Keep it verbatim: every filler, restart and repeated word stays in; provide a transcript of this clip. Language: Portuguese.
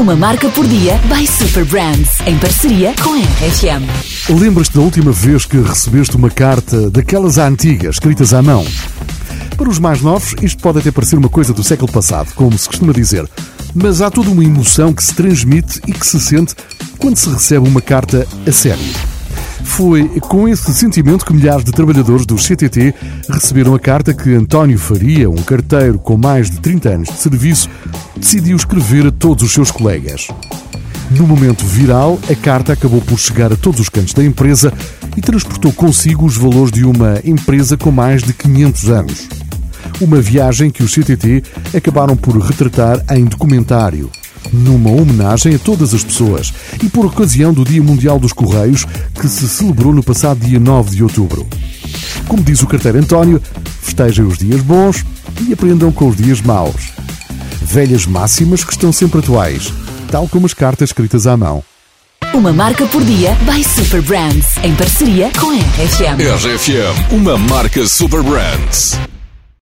Uma marca por dia by Super Brands, em parceria com a R F M. Lembras-te da última vez que recebeste uma carta daquelas antigas, escritas à mão? Para os mais novos, isto pode até parecer uma coisa do século passado, como se costuma dizer, mas há toda uma emoção que se transmite e que se sente quando se recebe uma carta a sério. Foi com esse sentimento que milhares de trabalhadores do C T T receberam a carta que António Faria, um carteiro com mais de trinta anos de serviço, decidiu escrever a todos os seus colegas. No momento viral, a carta acabou por chegar a todos os cantos da empresa e transportou consigo os valores de uma empresa com mais de quinhentos anos. Uma viagem que os C T T acabaram por retratar em documentário, numa homenagem a todas as pessoas e por ocasião do Dia Mundial dos Correios, que se celebrou no passado dia nove de outubro. Como diz o carteiro António, festejem os dias bons e aprendam com os dias maus. Velhas máximas que estão sempre atuais, tal como as cartas escritas à mão. Uma marca por dia by Super Brands, em parceria com a R F M. R F M, uma marca Super Brands.